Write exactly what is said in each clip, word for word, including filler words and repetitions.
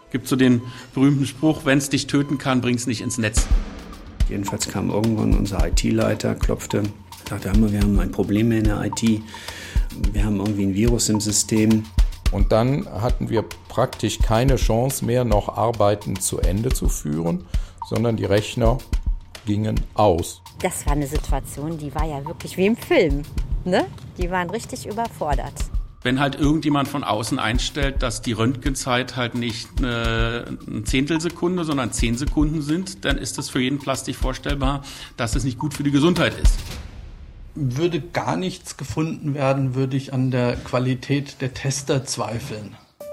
Gibt so den berühmten Spruch, wenn es dich töten kann, bring es nicht ins Netz. Jedenfalls kam irgendwann unser I T-Leiter, klopfte, sagte, wir haben ein Problem in der I T, wir haben irgendwie ein Virus im System. Und dann hatten wir praktisch keine Chance mehr, noch Arbeiten zu Ende zu führen, sondern die Rechner gingen aus. Das war eine Situation, die war ja wirklich wie im Film, ne? Die waren richtig überfordert. Wenn halt irgendjemand von außen einstellt, dass die Röntgenzeit halt nicht eine, eine Zehntelsekunde, sondern zehn Sekunden sind, dann ist das für jeden plastisch vorstellbar, dass es nicht gut für die Gesundheit ist. Würde gar nichts gefunden werden, würde ich an der Qualität der Tester zweifeln.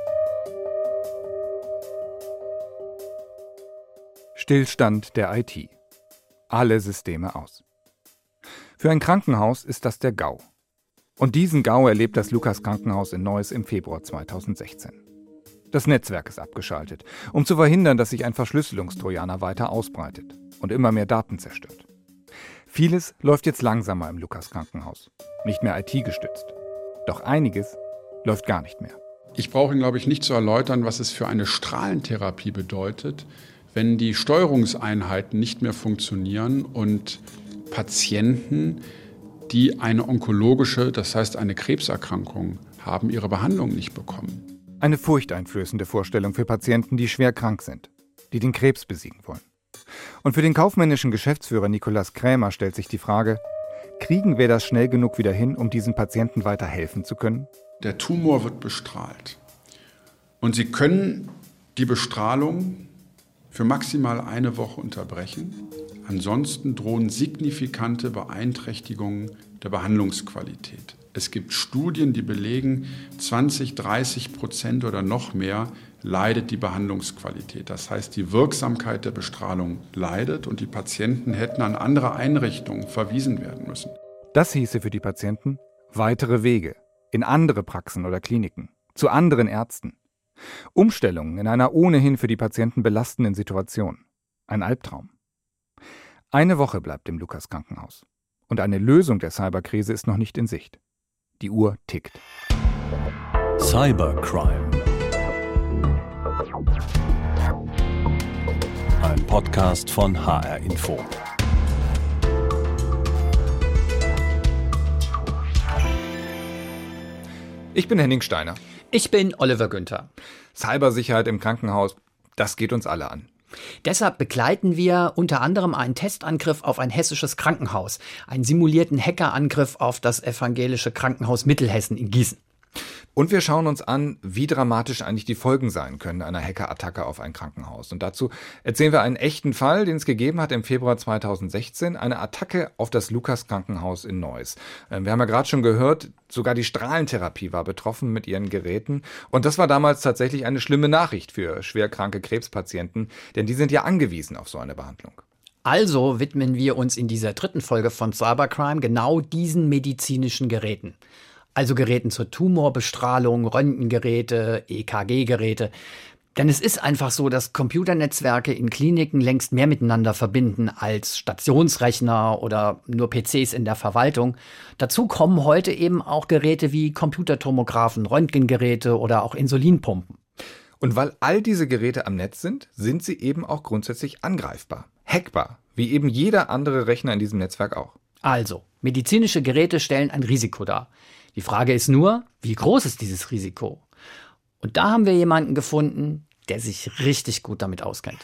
Stillstand der I T. Alle Systeme aus. Für ein Krankenhaus ist das der GAU. Und diesen GAU erlebt das Lukas-Krankenhaus in Neuss im Februar zweitausendsechzehn. Das Netzwerk ist abgeschaltet, um zu verhindern, dass sich ein Verschlüsselungstrojaner weiter ausbreitet und immer mehr Daten zerstört. Vieles läuft jetzt langsamer im Lukas-Krankenhaus, nicht mehr I T-gestützt. Doch einiges läuft gar nicht mehr. Ich brauche Ihnen, glaube ich, nicht zu erläutern, was es für eine Strahlentherapie bedeutet, wenn die Steuerungseinheiten nicht mehr funktionieren und Patienten, die eine onkologische, das heißt eine Krebserkrankung haben, ihre Behandlung nicht bekommen. Eine furchteinflößende Vorstellung für Patienten, die schwer krank sind, die den Krebs besiegen wollen. Und für den kaufmännischen Geschäftsführer Nikolaus Krämer stellt sich die Frage, kriegen wir das schnell genug wieder hin, um diesen Patienten weiter helfen zu können? Der Tumor wird bestrahlt. Und Sie können die Bestrahlung für maximal eine Woche unterbrechen. Ansonsten drohen signifikante Beeinträchtigungen der Behandlungsqualität. Es gibt Studien, die belegen, zwanzig, dreißig Prozent oder noch mehr leidet die Behandlungsqualität. Das heißt, die Wirksamkeit der Bestrahlung leidet und die Patienten hätten an andere Einrichtungen verwiesen werden müssen. Das hieße für die Patienten weitere Wege in andere Praxen oder Kliniken, zu anderen Ärzten. Umstellungen in einer ohnehin für die Patienten belastenden Situation. Ein Albtraum. Eine Woche bleibt im Lukas-Krankenhaus. Und eine Lösung der Cyberkrise ist noch nicht in Sicht. Die Uhr tickt. Cybercrime. Ein Podcast von H R Info. Ich bin Henning Steiner. Ich bin Oliver Günther. Cybersicherheit im Krankenhaus, das geht uns alle an. Deshalb begleiten wir unter anderem einen Testangriff auf ein hessisches Krankenhaus, einen simulierten Hackerangriff auf das evangelische Krankenhaus Mittelhessen in Gießen. Und wir schauen uns an, wie dramatisch eigentlich die Folgen sein können einer Hackerattacke auf ein Krankenhaus. Und dazu erzählen wir einen echten Fall, den es gegeben hat im Februar zweitausendsechzehn, eine Attacke auf das Lukas-Krankenhaus in Neuss. Wir haben ja gerade schon gehört, sogar die Strahlentherapie war betroffen mit ihren Geräten. Und das war damals tatsächlich eine schlimme Nachricht für schwerkranke Krebspatienten, denn die sind ja angewiesen auf so eine Behandlung. Also widmen wir uns in dieser dritten Folge von Cybercrime genau diesen medizinischen Geräten. Also Geräten zur Tumorbestrahlung, Röntgengeräte, E K G-Geräte. Denn es ist einfach so, dass Computernetzwerke in Kliniken längst mehr miteinander verbinden als Stationsrechner oder nur P Cs in der Verwaltung. Dazu kommen heute eben auch Geräte wie Computertomographen, Röntgengeräte oder auch Insulinpumpen. Und weil all diese Geräte am Netz sind, sind sie eben auch grundsätzlich angreifbar, hackbar, wie eben jeder andere Rechner in diesem Netzwerk auch. Also, medizinische Geräte stellen ein Risiko dar. Die Frage ist nur, wie groß ist dieses Risiko? Und da haben wir jemanden gefunden, der sich richtig gut damit auskennt.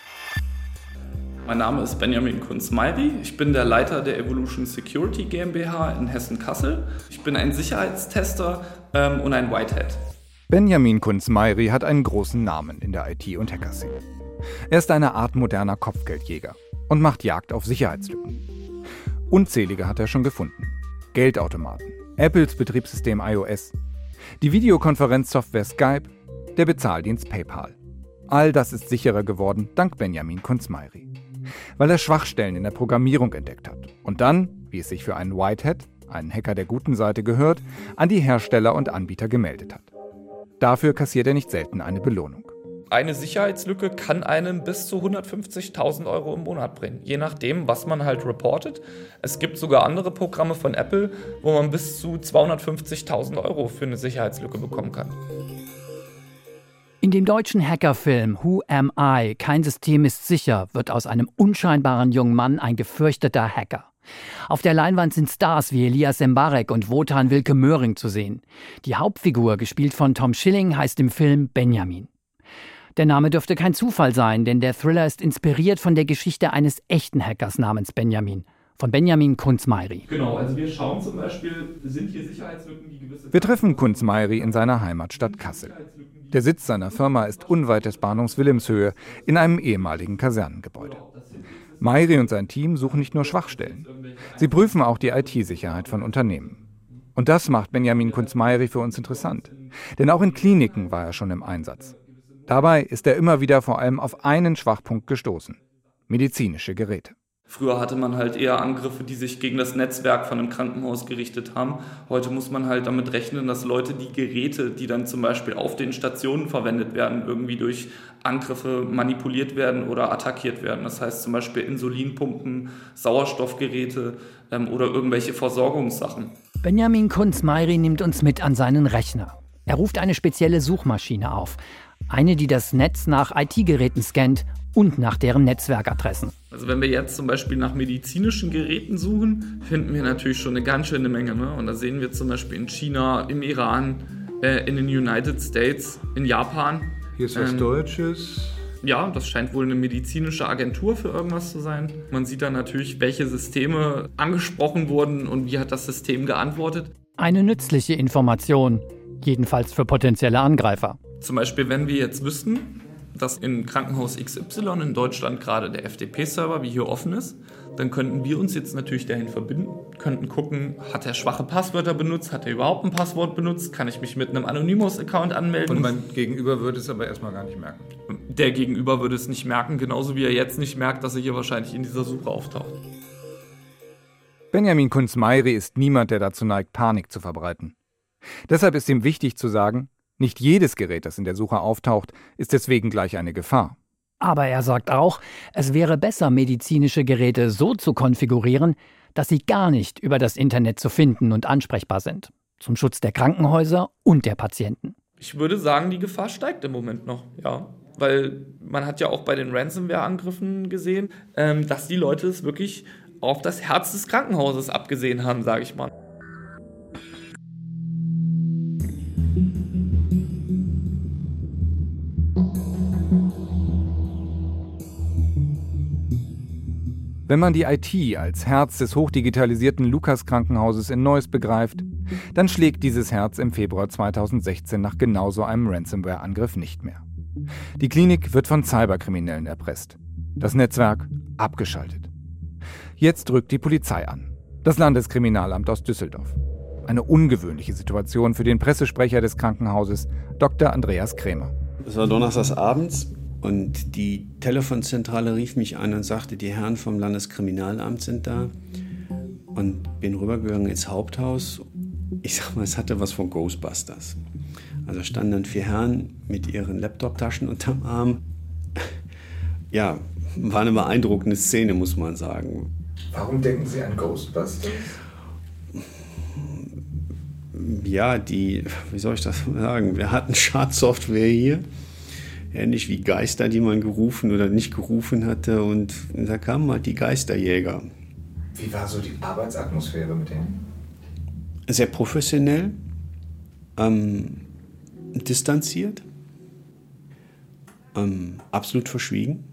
Mein Name ist Benjamin Kunz-Mayri. Ich bin der Leiter der Evolution Security GmbH in Hessen-Kassel. Ich bin ein Sicherheitstester ähm, und ein Whitehat. Benjamin Kunz-Mayri hat einen großen Namen in der I T- und Hacker-Szene. Er ist eine Art moderner Kopfgeldjäger und macht Jagd auf Sicherheitslücken. Unzählige hat er schon gefunden. Geldautomaten, Apples Betriebssystem iOS, die Videokonferenzsoftware Skype, der Bezahldienst PayPal. All das ist sicherer geworden dank Benjamin Kunz-Mayri, weil er Schwachstellen in der Programmierung entdeckt hat und dann, wie es sich für einen Whitehat, einen Hacker der guten Seite gehört, an die Hersteller und Anbieter gemeldet hat. Dafür kassiert er nicht selten eine Belohnung. Eine Sicherheitslücke kann einem bis zu hundertfünfzigtausend Euro im Monat bringen, je nachdem, was man halt reportet. Es gibt sogar andere Programme von Apple, wo man bis zu zweihundertfünfzigtausend Euro für eine Sicherheitslücke bekommen kann. In In dem deutschen Hackerfilm Who Am I? Kein System ist sicher wird aus einem unscheinbaren jungen Mann ein gefürchteter Hacker. Auf der Leinwand sind Stars wie Elias Mbarek und Wotan Wilke Möhring zu sehen. Die Hauptfigur, gespielt von Tom Schilling, heißt im Film Benjamin. Der Name dürfte kein Zufall sein, denn der Thriller ist inspiriert von der Geschichte eines echten Hackers namens Benjamin. Von Benjamin Kunz-Meiri. Genau, also wir schauen zum Beispiel, sind hier Sicherheitslücken, die gewisse... Wir treffen Kunz-Meiri in seiner Heimatstadt Kassel. Der Sitz seiner Firma ist unweit des Bahnhofs Wilhelmshöhe in einem ehemaligen Kasernengebäude. Meiri und sein Team suchen nicht nur Schwachstellen. Sie prüfen auch die I T-Sicherheit von Unternehmen. Und das macht Benjamin Kunz-Meiri für uns interessant. Denn auch in Kliniken war er schon im Einsatz. Dabei ist er immer wieder vor allem auf einen Schwachpunkt gestoßen: medizinische Geräte. Früher hatte man halt eher Angriffe, die sich gegen das Netzwerk von einem Krankenhaus gerichtet haben. Heute muss man halt damit rechnen, dass Leute die Geräte, die dann zum Beispiel auf den Stationen verwendet werden, irgendwie durch Angriffe manipuliert werden oder attackiert werden. Das heißt zum Beispiel Insulinpumpen, Sauerstoffgeräte ähm, oder irgendwelche Versorgungssachen. Benjamin Kunz-Meiri nimmt uns mit an seinen Rechner. Er ruft eine spezielle Suchmaschine auf. Eine, die das Netz nach I T-Geräten scannt und nach deren Netzwerkadressen. Also wenn wir jetzt zum Beispiel nach medizinischen Geräten suchen, finden wir natürlich schon eine ganz schöne Menge. Ne? Und da sehen wir zum Beispiel in China, im Iran, äh, in den United States, in Japan. Hier ist was ähm, Deutsches. Ja, das scheint wohl eine medizinische Agentur für irgendwas zu sein. Man sieht dann natürlich, welche Systeme angesprochen wurden und wie hat das System geantwortet. Eine nützliche Information, jedenfalls für potenzielle Angreifer. Zum Beispiel, wenn wir jetzt wüssten, dass in Krankenhaus X Y in Deutschland gerade der F T P-Server wie hier offen ist, dann könnten wir uns jetzt natürlich dahin verbinden, könnten gucken, hat er schwache Passwörter benutzt, hat er überhaupt ein Passwort benutzt, kann ich mich mit einem Anonymous-Account anmelden. Und mein Gegenüber würde es aber erstmal gar nicht merken. Der Gegenüber würde es nicht merken, genauso wie er jetzt nicht merkt, dass er hier wahrscheinlich in dieser Suche auftaucht. Benjamin Kunz-Meiri ist niemand, der dazu neigt, Panik zu verbreiten. Deshalb ist ihm wichtig zu sagen, nicht jedes Gerät, das in der Suche auftaucht, ist deswegen gleich eine Gefahr. Aber er sagt auch, es wäre besser, medizinische Geräte so zu konfigurieren, dass sie gar nicht über das Internet zu finden und ansprechbar sind. Zum Schutz der Krankenhäuser und der Patienten. Ich würde sagen, die Gefahr steigt im Moment noch, ja. Weil man hat ja auch bei den Ransomware-Angriffen gesehen, ähm, dass die Leute es wirklich auf das Herz des Krankenhauses abgesehen haben, sage ich mal. Wenn man die I T als Herz des hochdigitalisierten Lukas-Krankenhauses in Neuss begreift, dann schlägt dieses Herz im Februar zweitausendsechzehn nach genau so einem Ransomware-Angriff nicht mehr. Die Klinik wird von Cyberkriminellen erpresst. Das Netzwerk abgeschaltet. Jetzt drückt die Polizei an. Das Landeskriminalamt aus Düsseldorf. Eine ungewöhnliche Situation für den Pressesprecher des Krankenhauses, Doktor Andreas Krämer. Es war donnerstags abends. Und die Telefonzentrale rief mich an und sagte, die Herren vom Landeskriminalamt sind da. Und bin rübergegangen ins Haupthaus. Ich sag mal, es hatte was von Ghostbusters. Also standen dann vier Herren mit ihren Laptoptaschen unterm Arm. Ja, war eine beeindruckende Szene, muss man sagen. Warum denken Sie an Ghostbusters? Ja, die, wie soll ich das sagen, wir hatten Schadsoftware hier. Ähnlich wie Geister, die man gerufen oder nicht gerufen hatte. Und da kamen halt die Geisterjäger. Wie war so die Arbeitsatmosphäre mit denen? Sehr professionell, ähm, distanziert, ähm, absolut verschwiegen.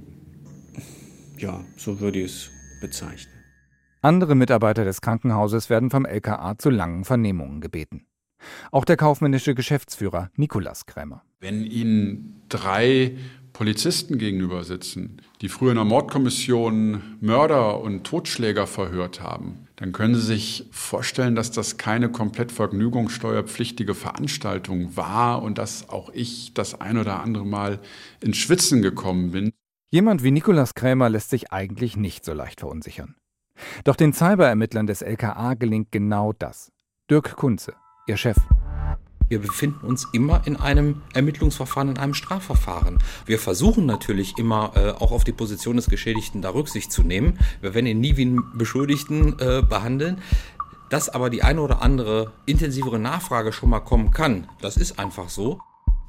Ja, so würde ich es bezeichnen. Andere Mitarbeiter des Krankenhauses werden vom L K A zu langen Vernehmungen gebeten. Auch der kaufmännische Geschäftsführer Nikolaus Krämer. Wenn Ihnen drei Polizisten gegenüber sitzen, die früher in der Mordkommission Mörder und Totschläger verhört haben, dann können Sie sich vorstellen, dass das keine komplett vergnügungssteuerpflichtige Veranstaltung war und dass auch ich das ein oder andere Mal ins Schwitzen gekommen bin. Jemand wie Nikolaus Krämer lässt sich eigentlich nicht so leicht verunsichern. Doch den Cyberermittlern des L K A gelingt genau das. Dirk Kunze, ihr Chef. Wir befinden uns immer in einem Ermittlungsverfahren, in einem Strafverfahren. Wir versuchen natürlich immer, äh, auch auf die Position des Geschädigten da Rücksicht zu nehmen. Wir werden ihn nie wie einen Beschuldigten äh, behandeln. Dass aber die eine oder andere intensivere Nachfrage schon mal kommen kann, das ist einfach so.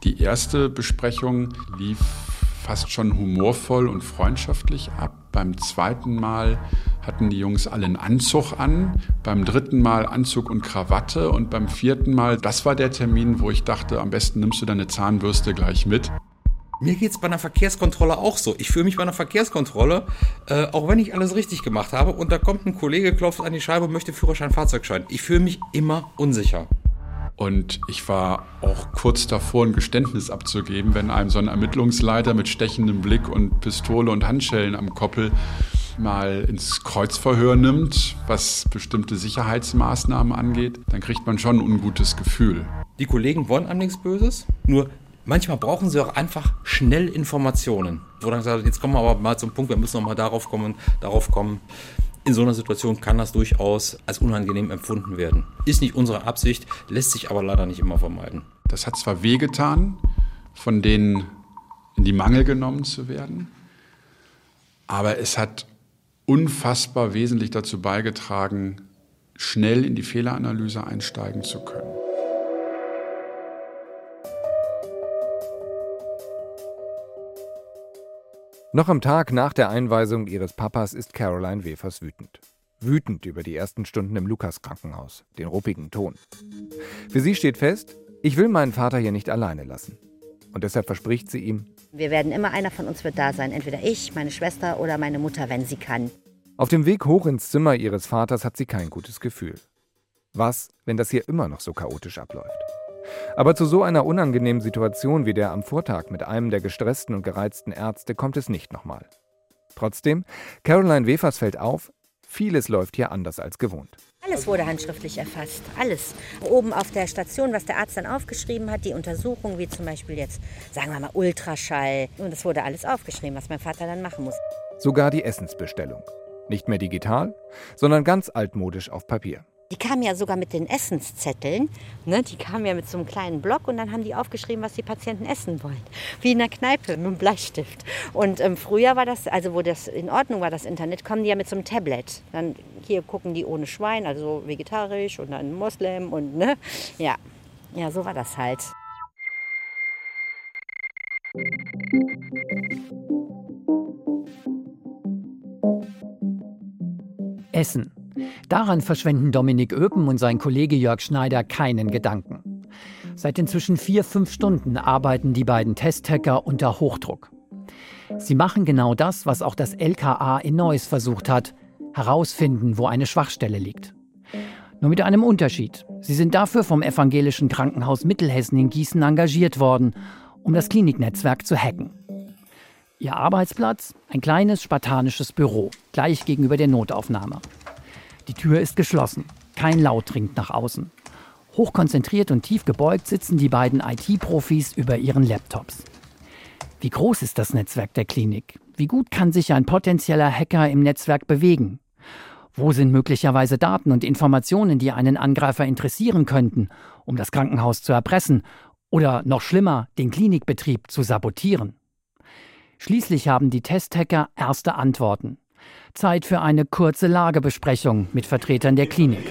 Die erste Besprechung lief fast schon humorvoll und freundschaftlich ab. Beim zweiten Mal hatten die Jungs alle einen Anzug an, beim dritten Mal Anzug und Krawatte und beim vierten Mal, das war der Termin, wo ich dachte, am besten nimmst du deine Zahnbürste gleich mit. Mir geht's bei einer Verkehrskontrolle auch so. Ich fühle mich bei einer Verkehrskontrolle, äh, auch wenn ich alles richtig gemacht habe, und da kommt ein Kollege, klopft an die Scheibe und möchte Führerschein, Fahrzeugschein. Ich fühle mich immer unsicher. Und ich war auch kurz davor, ein Geständnis abzugeben, wenn einem so ein Ermittlungsleiter mit stechendem Blick und Pistole und Handschellen am Koppel mal ins Kreuzverhör nimmt, was bestimmte Sicherheitsmaßnahmen angeht, dann kriegt man schon ein ungutes Gefühl. Die Kollegen wollen einem nichts Böses, nur manchmal brauchen sie auch einfach schnell Informationen. Wo dann gesagt, jetzt kommen wir aber mal zum Punkt, wir müssen noch mal darauf kommen, darauf kommen. In so einer Situation kann das durchaus als unangenehm empfunden werden. Ist nicht unsere Absicht, lässt sich aber leider nicht immer vermeiden. Das hat zwar wehgetan, von denen in die Mangel genommen zu werden, aber es hat unfassbar wesentlich dazu beigetragen, schnell in die Fehleranalyse einsteigen zu können. Noch am Tag nach der Einweisung ihres Papas ist Caroline Wefers wütend. Wütend über die ersten Stunden im Lukas-Krankenhaus, den ruppigen Ton. Für sie steht fest, ich will meinen Vater hier nicht alleine lassen. Und deshalb verspricht sie ihm, wir werden immer, einer von uns wird da sein. Entweder ich, meine Schwester oder meine Mutter, wenn sie kann. Auf dem Weg hoch ins Zimmer ihres Vaters hat sie kein gutes Gefühl. Was, wenn das hier immer noch so chaotisch abläuft? Aber zu so einer unangenehmen Situation wie der am Vortag mit einem der gestressten und gereizten Ärzte kommt es nicht nochmal. Trotzdem, Caroline Wefers fällt auf, vieles läuft hier anders als gewohnt. Alles wurde handschriftlich erfasst, alles. Oben auf der Station, was der Arzt dann aufgeschrieben hat, die Untersuchung, wie zum Beispiel jetzt, sagen wir mal, Ultraschall. Und das wurde alles aufgeschrieben, was mein Vater dann machen muss. Sogar die Essensbestellung. Nicht mehr digital, sondern ganz altmodisch auf Papier. Die kamen ja sogar mit den Essenszetteln, ne? Die kamen ja mit so einem kleinen Block und dann haben die aufgeschrieben, was die Patienten essen wollen. Wie in der Kneipe mit einem Bleistift. Und ähm, früher war das, also wo das in Ordnung war, das Internet, kommen die ja mit so einem Tablet. Dann hier gucken die ohne Schwein, also vegetarisch und dann Moslem und ne, ja, ja, so war das halt. Essen. Daran verschwenden Dominik Öpen und sein Kollege Jörg Schneider keinen Gedanken. Seit inzwischen vier, fünf Stunden arbeiten die beiden Testhacker unter Hochdruck. Sie machen genau das, was auch das L K A in Neuss versucht hat: herausfinden, wo eine Schwachstelle liegt. Nur mit einem Unterschied. Sie sind dafür vom Evangelischen Krankenhaus Mittelhessen in Gießen engagiert worden, um das Kliniknetzwerk zu hacken. Ihr Arbeitsplatz? Ein kleines spartanisches Büro, gleich gegenüber der Notaufnahme. Die Tür ist geschlossen. Kein Laut dringt nach außen. Hochkonzentriert und tief gebeugt sitzen die beiden I T-Profis über ihren Laptops. Wie groß ist das Netzwerk der Klinik? Wie gut kann sich ein potenzieller Hacker im Netzwerk bewegen? Wo sind möglicherweise Daten und Informationen, die einen Angreifer interessieren könnten, um das Krankenhaus zu erpressen oder, noch schlimmer, den Klinikbetrieb zu sabotieren? Schließlich haben die Testhacker erste Antworten. Zeit für eine kurze Lagebesprechung mit Vertretern der Klinik.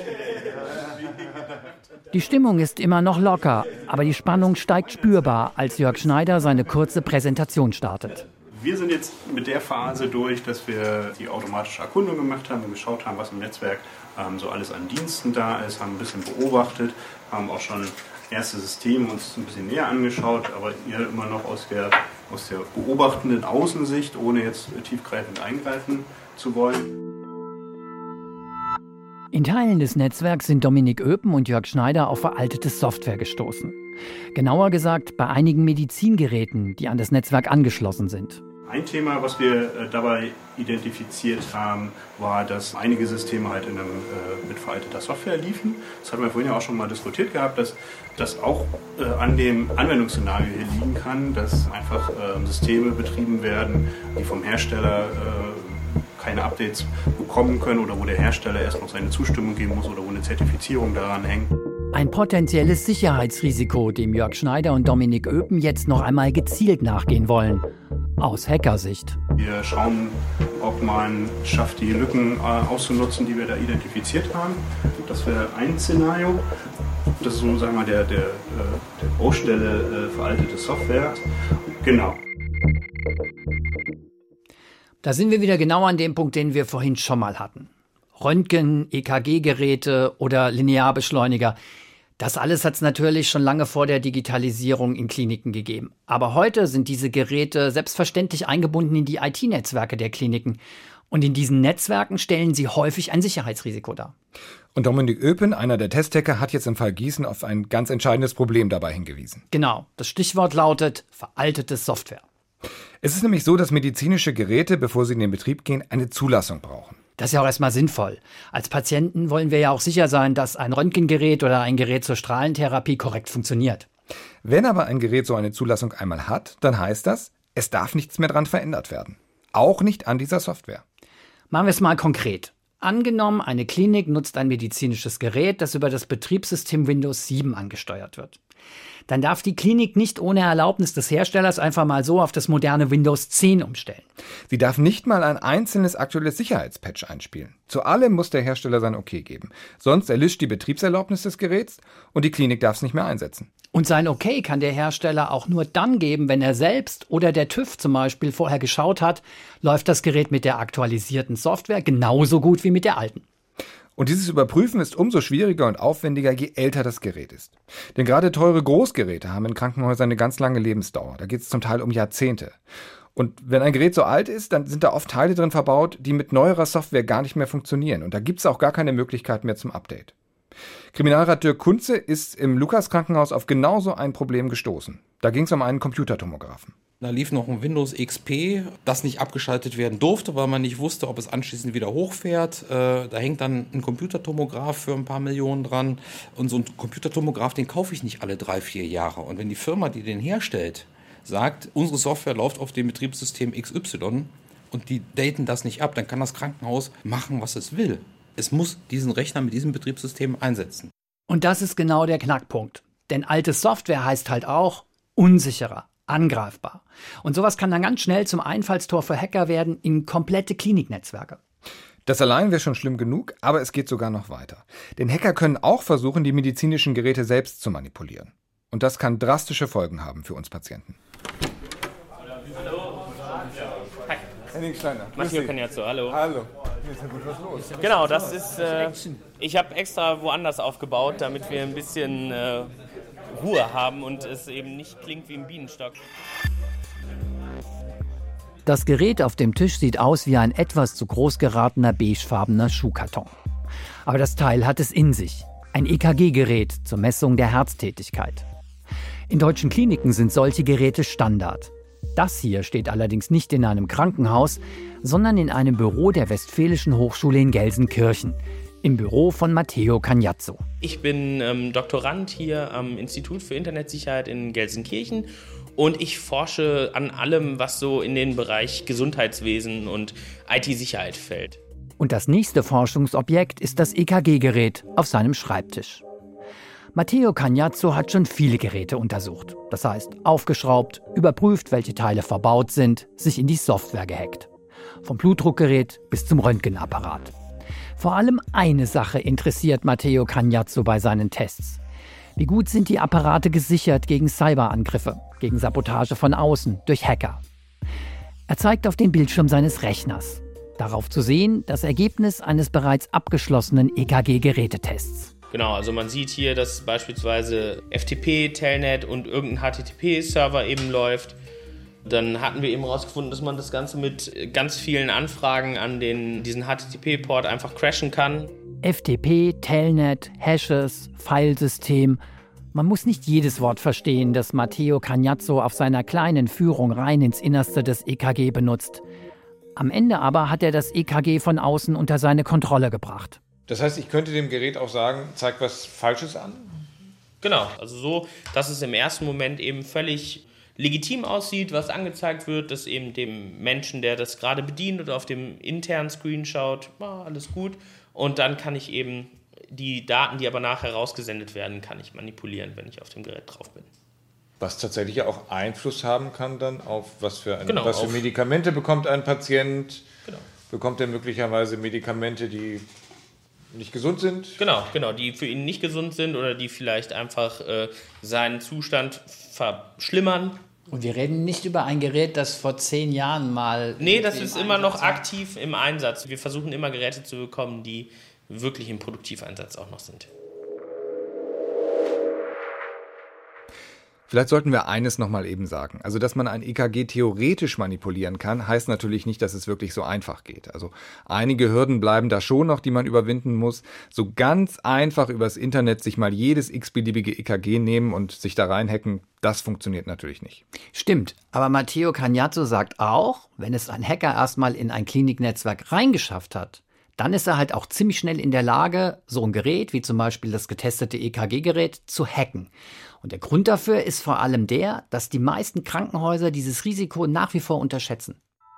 Die Stimmung ist immer noch locker, aber die Spannung steigt spürbar, als Jörg Schneider seine kurze Präsentation startet. Wir sind jetzt mit der Phase durch, dass wir die automatische Erkundung gemacht haben und geschaut haben, was im Netzwerk ähm, so alles an Diensten da ist, haben ein bisschen beobachtet, haben auch schon erste Systeme uns ein bisschen näher angeschaut, aber eher immer noch aus der, aus der beobachtenden Außensicht, ohne jetzt tiefgreifend eingreifen zu wollen. In Teilen des Netzwerks sind Dominik Öpen und Jörg Schneider auf veraltete Software gestoßen. Genauer gesagt bei einigen Medizingeräten, die an das Netzwerk angeschlossen sind. Ein Thema, was wir dabei identifiziert haben, war, dass einige Systeme halt in einem, äh, mit veralteter Software liefen. Das hatten wir vorhin ja auch schon mal diskutiert gehabt, dass das auch äh, an dem Anwendungsszenario hier liegen kann, dass einfach äh, Systeme betrieben werden, die vom Hersteller äh, keine Updates bekommen können oder wo der Hersteller erst noch seine Zustimmung geben muss oder wo eine Zertifizierung daran hängt. Ein potenzielles Sicherheitsrisiko, dem Jörg Schneider und Dominik Öpen jetzt noch einmal gezielt nachgehen wollen. Aus Hackersicht. Wir schauen, ob man schafft, die Lücken äh, auszunutzen, die wir da identifiziert haben. Das wäre ein Szenario. Das ist so, sagen wir mal, der, der, der oh Stelle äh, veraltete Software. Genau. Da sind wir wieder genau an dem Punkt, den wir vorhin schon mal hatten. Röntgen, E K G-Geräte oder Linearbeschleuniger. Das alles hat es natürlich schon lange vor der Digitalisierung in Kliniken gegeben. Aber heute sind diese Geräte selbstverständlich eingebunden in die I T-Netzwerke der Kliniken. Und in diesen Netzwerken stellen sie häufig ein Sicherheitsrisiko dar. Und Dominik Öpen, einer der Testhacker, hat jetzt im Fall Gießen auf ein ganz entscheidendes Problem dabei hingewiesen. Genau, das Stichwort lautet veraltete Software. Es ist nämlich so, dass medizinische Geräte, bevor sie in den Betrieb gehen, eine Zulassung brauchen. Das ist ja auch erstmal sinnvoll. Als Patienten wollen wir ja auch sicher sein, dass ein Röntgengerät oder ein Gerät zur Strahlentherapie korrekt funktioniert. Wenn aber ein Gerät so eine Zulassung einmal hat, dann heißt das, es darf nichts mehr dran verändert werden. Auch nicht an dieser Software. Machen wir es mal konkret. Angenommen, eine Klinik nutzt ein medizinisches Gerät, das über das Betriebssystem Windows sieben angesteuert wird. Dann darf die Klinik nicht ohne Erlaubnis des Herstellers einfach mal so auf das moderne Windows zehn umstellen. Sie darf nicht mal ein einzelnes aktuelles Sicherheitspatch einspielen. Zu allem muss der Hersteller sein Okay geben. Sonst erlischt die Betriebserlaubnis des Geräts und die Klinik darf es nicht mehr einsetzen. Und sein Okay kann der Hersteller auch nur dann geben, wenn er selbst oder der TÜV zum Beispiel vorher geschaut hat, läuft das Gerät mit der aktualisierten Software genauso gut wie mit der alten. Und dieses Überprüfen ist umso schwieriger und aufwendiger, je älter das Gerät ist. Denn gerade teure Großgeräte haben in Krankenhäusern eine ganz lange Lebensdauer. Da geht es zum Teil um Jahrzehnte. Und wenn ein Gerät so alt ist, dann sind da oft Teile drin verbaut, die mit neuerer Software gar nicht mehr funktionieren. Und da gibt es auch gar keine Möglichkeit mehr zum Update. Kriminalrat Dirk Kunze ist im Lukas-Krankenhaus auf genau so ein Problem gestoßen. Da ging es um einen Computertomographen. Da lief noch ein Windows X P, das nicht abgeschaltet werden durfte, weil man nicht wusste, ob es anschließend wieder hochfährt. Äh, da hängt dann ein Computertomograph für ein paar Millionen dran. Und so ein Computertomograph, den kaufe ich nicht alle drei, vier Jahre. Und wenn die Firma, die den herstellt, sagt, unsere Software läuft auf dem Betriebssystem X Y und die daten das nicht ab, dann kann das Krankenhaus machen, was es will. Es muss diesen Rechner mit diesem Betriebssystem einsetzen. Und das ist genau der Knackpunkt. Denn alte Software heißt halt auch unsicherer, angreifbar. Und sowas kann dann ganz schnell zum Einfallstor für Hacker werden in komplette Kliniknetzwerke. Das allein wäre schon schlimm genug, aber es geht sogar noch weiter. Denn Hacker können auch versuchen, die medizinischen Geräte selbst zu manipulieren. Und das kann drastische Folgen haben für uns Patienten. Hi. Henning Steiner. Matteo Cagnazzo, hallo. Hallo. Hier ist ja gut was los. Genau, das ist, äh, ich habe extra woanders aufgebaut, damit wir ein bisschen äh, Ruhe haben und es eben nicht klingt wie ein Bienenstock. Das Gerät auf dem Tisch sieht aus wie ein etwas zu groß geratener beigefarbener Schuhkarton. Aber das Teil hat es in sich. Ein E K G-Gerät zur Messung der Herztätigkeit. In deutschen Kliniken sind solche Geräte Standard. Das hier steht allerdings nicht in einem Krankenhaus, sondern in einem Büro der Westfälischen Hochschule in Gelsenkirchen. Im Büro von Matteo Cagnazzo. Ich bin ähm, Doktorand hier am Institut für Internetsicherheit in Gelsenkirchen und ich forsche an allem, was so in den Bereich Gesundheitswesen und I T-Sicherheit fällt. Und das nächste Forschungsobjekt ist das E K G-Gerät auf seinem Schreibtisch. Matteo Cagnazzo hat schon viele Geräte untersucht. Das heißt, aufgeschraubt, überprüft, welche Teile verbaut sind, sich in die Software gehackt. Vom Blutdruckgerät bis zum Röntgenapparat. Vor allem eine Sache interessiert Matteo Cagnazzo bei seinen Tests. Wie gut sind die Apparate gesichert gegen Cyberangriffe, gegen Sabotage von außen, durch Hacker? Er zeigt auf den Bildschirm seines Rechners. Darauf zu sehen, das Ergebnis eines bereits abgeschlossenen E K G-Gerätetests. Genau, also man sieht hier, dass beispielsweise F T P, Telnet und irgendein H T T P-Server eben läuft. Dann hatten wir eben herausgefunden, dass man das Ganze mit ganz vielen Anfragen an den, diesen H T T P-Port einfach crashen kann. F T P, Telnet, Hashes, Filesystem. Man muss nicht jedes Wort verstehen, das Matteo Cagnazzo auf seiner kleinen Führung rein ins Innerste des E K G benutzt. Am Ende aber hat er das E K G von außen unter seine Kontrolle gebracht. Das heißt, ich könnte dem Gerät auch sagen, zeig was Falsches an? Genau, also so, dass es im ersten Moment eben völlig legitim aussieht, was angezeigt wird, dass eben dem Menschen, der das gerade bedient oder auf dem internen Screen schaut, ah, alles gut. Und dann kann ich eben die Daten, die aber nachher rausgesendet werden, kann ich manipulieren, wenn ich auf dem Gerät drauf bin. Was tatsächlich ja auch Einfluss haben kann dann auf was für, ein, genau, was für Medikamente bekommt ein Patient. Genau. Bekommt er möglicherweise Medikamente, die nicht gesund sind? Genau, genau, die für ihn nicht gesund sind oder die vielleicht einfach äh, seinen Zustand verschlimmern. Und wir reden nicht über ein Gerät, das vor zehn Jahren mal... Nee, das ist immer noch aktiv im Einsatz. Wir versuchen immer Geräte zu bekommen, die wirklich im Produktiveinsatz auch noch sind. Vielleicht sollten wir eines nochmal eben sagen. Also, dass man ein E K G theoretisch manipulieren kann, heißt natürlich nicht, dass es wirklich so einfach geht. Also, einige Hürden bleiben da schon noch, die man überwinden muss. So ganz einfach übers Internet sich mal jedes x-beliebige E K G nehmen und sich da reinhacken, das funktioniert natürlich nicht. Stimmt, aber Matteo Cagnazzo sagt auch, wenn es ein Hacker erstmal in ein Kliniknetzwerk reingeschafft hat, dann ist er halt auch ziemlich schnell in der Lage, so ein Gerät, wie zum Beispiel das getestete E K G-Gerät, zu hacken. Und der Grund dafür ist vor allem der, dass die meisten Krankenhäuser dieses Risiko nach wie vor unterschätzen.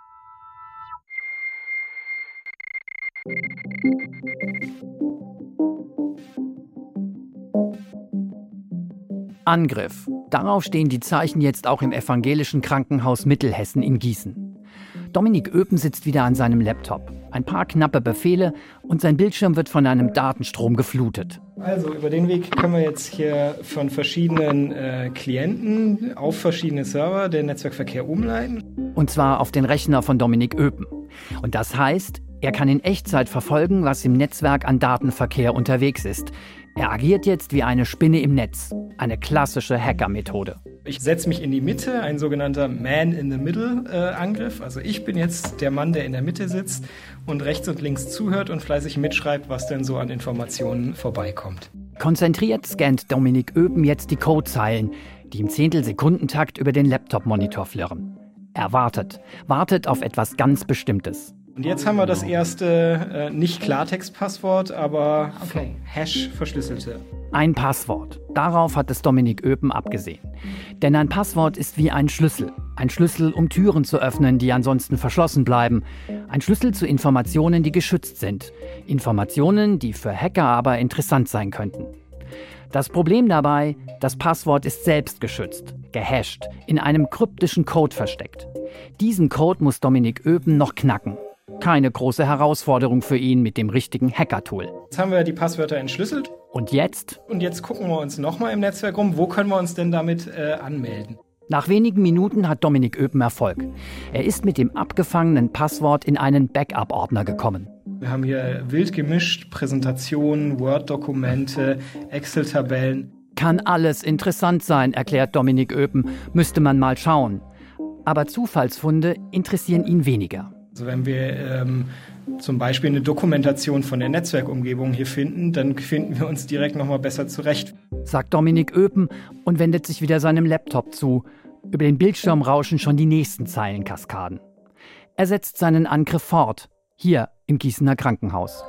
Angriff. Darauf stehen die Zeichen jetzt auch im evangelischen Krankenhaus Mittelhessen in Gießen. Dominik Öpen sitzt wieder an seinem Laptop. Ein paar knappe Befehle und sein Bildschirm wird von einem Datenstrom geflutet. Also über den Weg können wir jetzt hier von verschiedenen äh, Klienten auf verschiedene Server den Netzwerkverkehr umleiten. Und zwar auf den Rechner von Dominik Öpen. Und das heißt, er kann in Echtzeit verfolgen, was im Netzwerk an Datenverkehr unterwegs ist. Er agiert jetzt wie eine Spinne im Netz. Eine klassische Hacker-Methode. Ich setze mich in die Mitte, ein sogenannter Man-in-the-Middle-Angriff. Also ich bin jetzt der Mann, der in der Mitte sitzt und rechts und links zuhört und fleißig mitschreibt, was denn so an Informationen vorbeikommt. Konzentriert scannt Dominik Öpen jetzt die Codezeilen, die im Zehntelsekundentakt über den Laptop-Monitor flirren. Er wartet, wartet auf etwas ganz Bestimmtes. Und jetzt haben wir das erste, äh, nicht Klartext-Passwort, aber okay. Hash verschlüsselte. Ein Passwort. Darauf hat es Dominik Öpen abgesehen. Denn ein Passwort ist wie ein Schlüssel. Ein Schlüssel, um Türen zu öffnen, die ansonsten verschlossen bleiben. Ein Schlüssel zu Informationen, die geschützt sind. Informationen, die für Hacker aber interessant sein könnten. Das Problem dabei, das Passwort ist selbst geschützt, gehasht, in einem kryptischen Code versteckt. Diesen Code muss Dominik Öpen noch knacken. Keine große Herausforderung für ihn mit dem richtigen Hacker-Tool. Jetzt haben wir die Passwörter entschlüsselt. Und jetzt? Und jetzt gucken wir uns nochmal im Netzwerk rum, wo können wir uns denn damit äh, anmelden? Nach wenigen Minuten hat Dominik Öpen Erfolg. Er ist mit dem abgefangenen Passwort in einen Backup-Ordner gekommen. Wir haben hier wild gemischt Präsentationen, Word-Dokumente, Excel-Tabellen. Kann alles interessant sein, erklärt Dominik Öpen. Müsste man mal schauen. Aber Zufallsfunde interessieren ihn weniger. Also wenn wir ähm, zum Beispiel eine Dokumentation von der Netzwerkumgebung hier finden, dann finden wir uns direkt nochmal besser zurecht. Sagt Dominik Öpen und wendet sich wieder seinem Laptop zu. Über den Bildschirm rauschen schon die nächsten Zeilenkaskaden. Er setzt seinen Angriff fort, hier im Gießener Krankenhaus.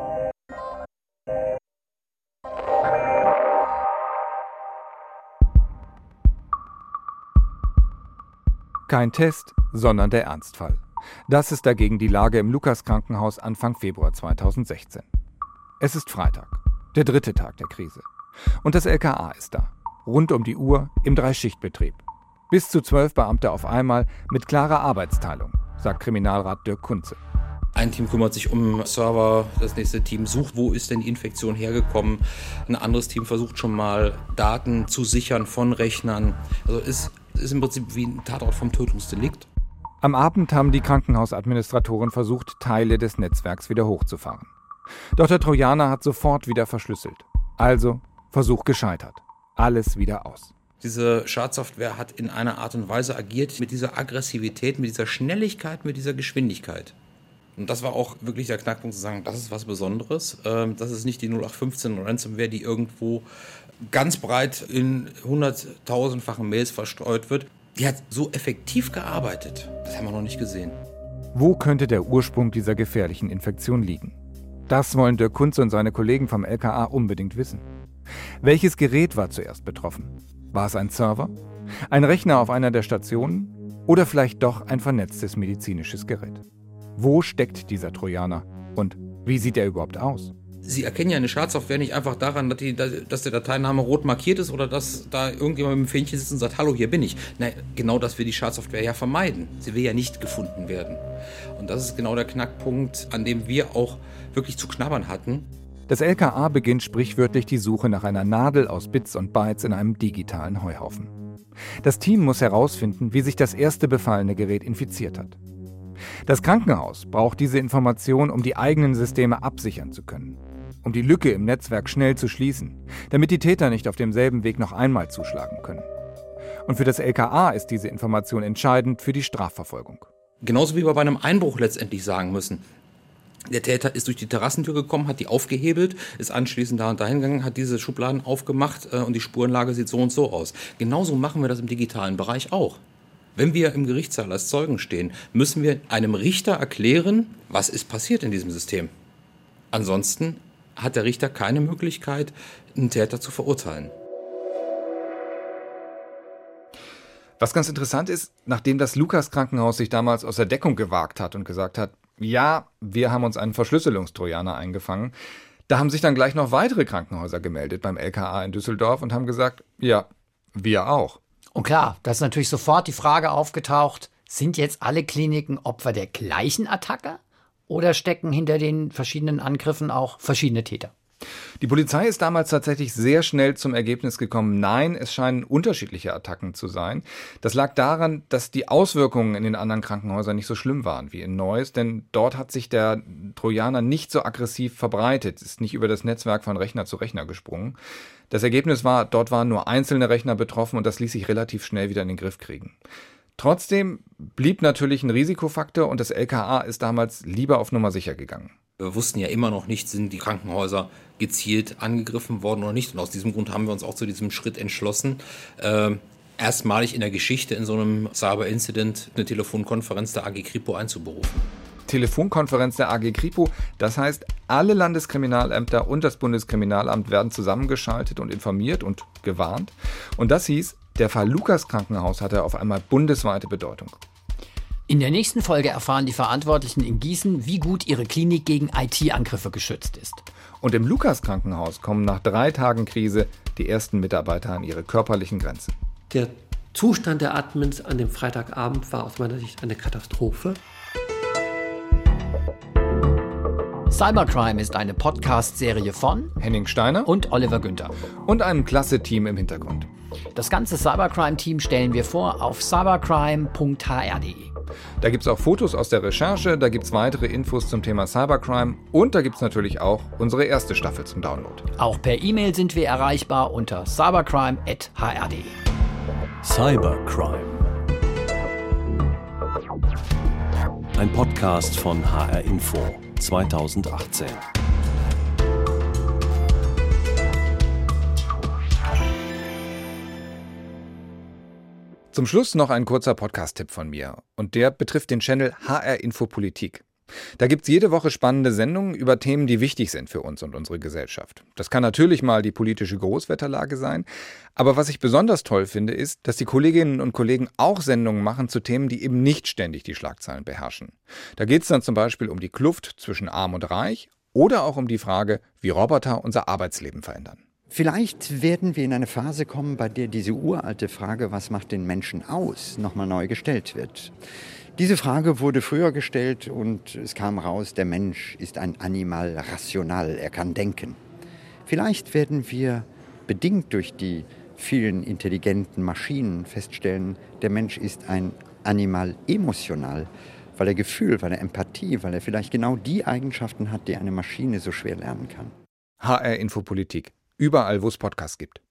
Kein Test, sondern der Ernstfall. Das ist dagegen die Lage im Lukas-Krankenhaus Anfang Februar zweitausendsechzehn. Es ist Freitag, der dritte Tag der Krise. Und das L K A ist da, rund um die Uhr im Dreischichtbetrieb. Bis zu zwölf Beamte auf einmal mit klarer Arbeitsteilung, sagt Kriminalrat Dirk Kunze. Ein Team kümmert sich um Server, das nächste Team sucht, wo ist denn die Infektion hergekommen. Ein anderes Team versucht schon mal Daten zu sichern von Rechnern. Also es ist im Prinzip wie ein Tatort vom Tötungsdelikt. Am Abend haben die Krankenhausadministratoren versucht, Teile des Netzwerks wieder hochzufahren. Doch der Trojaner hat sofort wieder verschlüsselt. Also Versuch gescheitert. Alles wieder aus. Diese Schadsoftware hat in einer Art und Weise agiert mit dieser Aggressivität, mit dieser Schnelligkeit, mit dieser Geschwindigkeit. Und das war auch wirklich der Knackpunkt zu sagen, das ist was Besonderes. Das ist nicht die null acht fünfzehn Ransomware, die irgendwo ganz breit in hunderttausendfachen Mails verstreut wird. Die hat so effektiv gearbeitet. Das haben wir noch nicht gesehen. Wo könnte der Ursprung dieser gefährlichen Infektion liegen? Das wollen Dirk Kunze und seine Kollegen vom L K A unbedingt wissen. Welches Gerät war zuerst betroffen? War es ein Server? Ein Rechner auf einer der Stationen? Oder vielleicht doch ein vernetztes medizinisches Gerät? Wo steckt dieser Trojaner? Und wie sieht er überhaupt aus? Sie erkennen ja eine Schadsoftware nicht einfach daran, dass, die, dass der Dateiname rot markiert ist oder dass da irgendjemand mit dem Fähnchen sitzt und sagt, hallo, hier bin ich. Nein, genau das will die Schadsoftware ja vermeiden. Sie will ja nicht gefunden werden. Und das ist genau der Knackpunkt, an dem wir auch wirklich zu knabbern hatten. Das L K A beginnt sprichwörtlich die Suche nach einer Nadel aus Bits und Bytes in einem digitalen Heuhaufen. Das Team muss herausfinden, wie sich das erste befallene Gerät infiziert hat. Das Krankenhaus braucht diese Information, um die eigenen Systeme absichern zu können, um die Lücke im Netzwerk schnell zu schließen, damit die Täter nicht auf demselben Weg noch einmal zuschlagen können. Und für das L K A ist diese Information entscheidend für die Strafverfolgung. Genauso wie wir bei einem Einbruch letztendlich sagen müssen. Der Täter ist durch die Terrassentür gekommen, hat die aufgehebelt, ist anschließend da und dahin gegangen, hat diese Schubladen aufgemacht äh, und die Spurenlage sieht so und so aus. Genauso machen wir das im digitalen Bereich auch. Wenn wir im Gerichtssaal als Zeugen stehen, müssen wir einem Richter erklären, was ist passiert in diesem System. Ansonsten hat der Richter keine Möglichkeit, einen Täter zu verurteilen. Was ganz interessant ist, nachdem das Lukas-Krankenhaus sich damals aus der Deckung gewagt hat und gesagt hat, ja, wir haben uns einen Verschlüsselungstrojaner eingefangen, da haben sich dann gleich noch weitere Krankenhäuser gemeldet beim L K A in Düsseldorf und haben gesagt, ja, wir auch. Und klar, da ist natürlich sofort die Frage aufgetaucht, sind jetzt alle Kliniken Opfer der gleichen Attacke oder stecken hinter den verschiedenen Angriffen auch verschiedene Täter? Die Polizei ist damals tatsächlich sehr schnell zum Ergebnis gekommen, nein, es scheinen unterschiedliche Attacken zu sein. Das lag daran, dass die Auswirkungen in den anderen Krankenhäusern nicht so schlimm waren wie in Neuss, denn dort hat sich der Trojaner nicht so aggressiv verbreitet, ist nicht über das Netzwerk von Rechner zu Rechner gesprungen. Das Ergebnis war, dort waren nur einzelne Rechner betroffen und das ließ sich relativ schnell wieder in den Griff kriegen. Trotzdem blieb natürlich ein Risikofaktor und das L K A ist damals lieber auf Nummer sicher gegangen. Wir wussten ja immer noch nicht, sind die Krankenhäuser gezielt angegriffen worden oder nicht. Und aus diesem Grund haben wir uns auch zu diesem Schritt entschlossen, äh, erstmalig in der Geschichte in so einem Cyber-Incident eine Telefonkonferenz der A G Kripo einzuberufen. Telefonkonferenz der A G Kripo, das heißt, alle Landeskriminalämter und das Bundeskriminalamt werden zusammengeschaltet und informiert und gewarnt. Und das hieß, der Fall Lukas Krankenhaus hatte auf einmal bundesweite Bedeutung. In der nächsten Folge erfahren die Verantwortlichen in Gießen, wie gut ihre Klinik gegen I T-Angriffe geschützt ist. Und im Lukas-Krankenhaus kommen nach drei Tagen Krise die ersten Mitarbeiter an ihre körperlichen Grenzen. Der Zustand der Admins an dem Freitagabend war aus meiner Sicht eine Katastrophe. Cybercrime ist eine Podcast-Serie von Henning Steiner und Oliver Günther. Und einem klasse Team im Hintergrund. Das ganze Cybercrime-Team stellen wir vor auf cybercrime punkt h r punkt d e. Da gibt es auch Fotos aus der Recherche, da gibt es weitere Infos zum Thema Cybercrime und da gibt es natürlich auch unsere erste Staffel zum Download. Auch per E-Mail sind wir erreichbar unter cybercrime at h r punkt d e. Cybercrime. Ein Podcast von H R Info zweitausendachtzehn. Zum Schluss noch ein kurzer Podcast-Tipp von mir. Und der betrifft den Channel H R Info Politik. Da gibt's jede Woche spannende Sendungen über Themen, die wichtig sind für uns und unsere Gesellschaft. Das kann natürlich mal die politische Großwetterlage sein. Aber was ich besonders toll finde, ist, dass die Kolleginnen und Kollegen auch Sendungen machen zu Themen, die eben nicht ständig die Schlagzeilen beherrschen. Da geht's dann zum Beispiel um die Kluft zwischen Arm und Reich oder auch um die Frage, wie Roboter unser Arbeitsleben verändern. Vielleicht werden wir in eine Phase kommen, bei der diese uralte Frage, was macht den Menschen aus, nochmal neu gestellt wird. Diese Frage wurde früher gestellt und es kam raus, der Mensch ist ein Animal rational, er kann denken. Vielleicht werden wir, bedingt durch die vielen intelligenten Maschinen, feststellen, der Mensch ist ein Animal emotional, weil er Gefühl, weil er Empathie, weil er vielleicht genau die Eigenschaften hat, die eine Maschine so schwer lernen kann. H R Info Politik. Überall, wo es Podcasts gibt.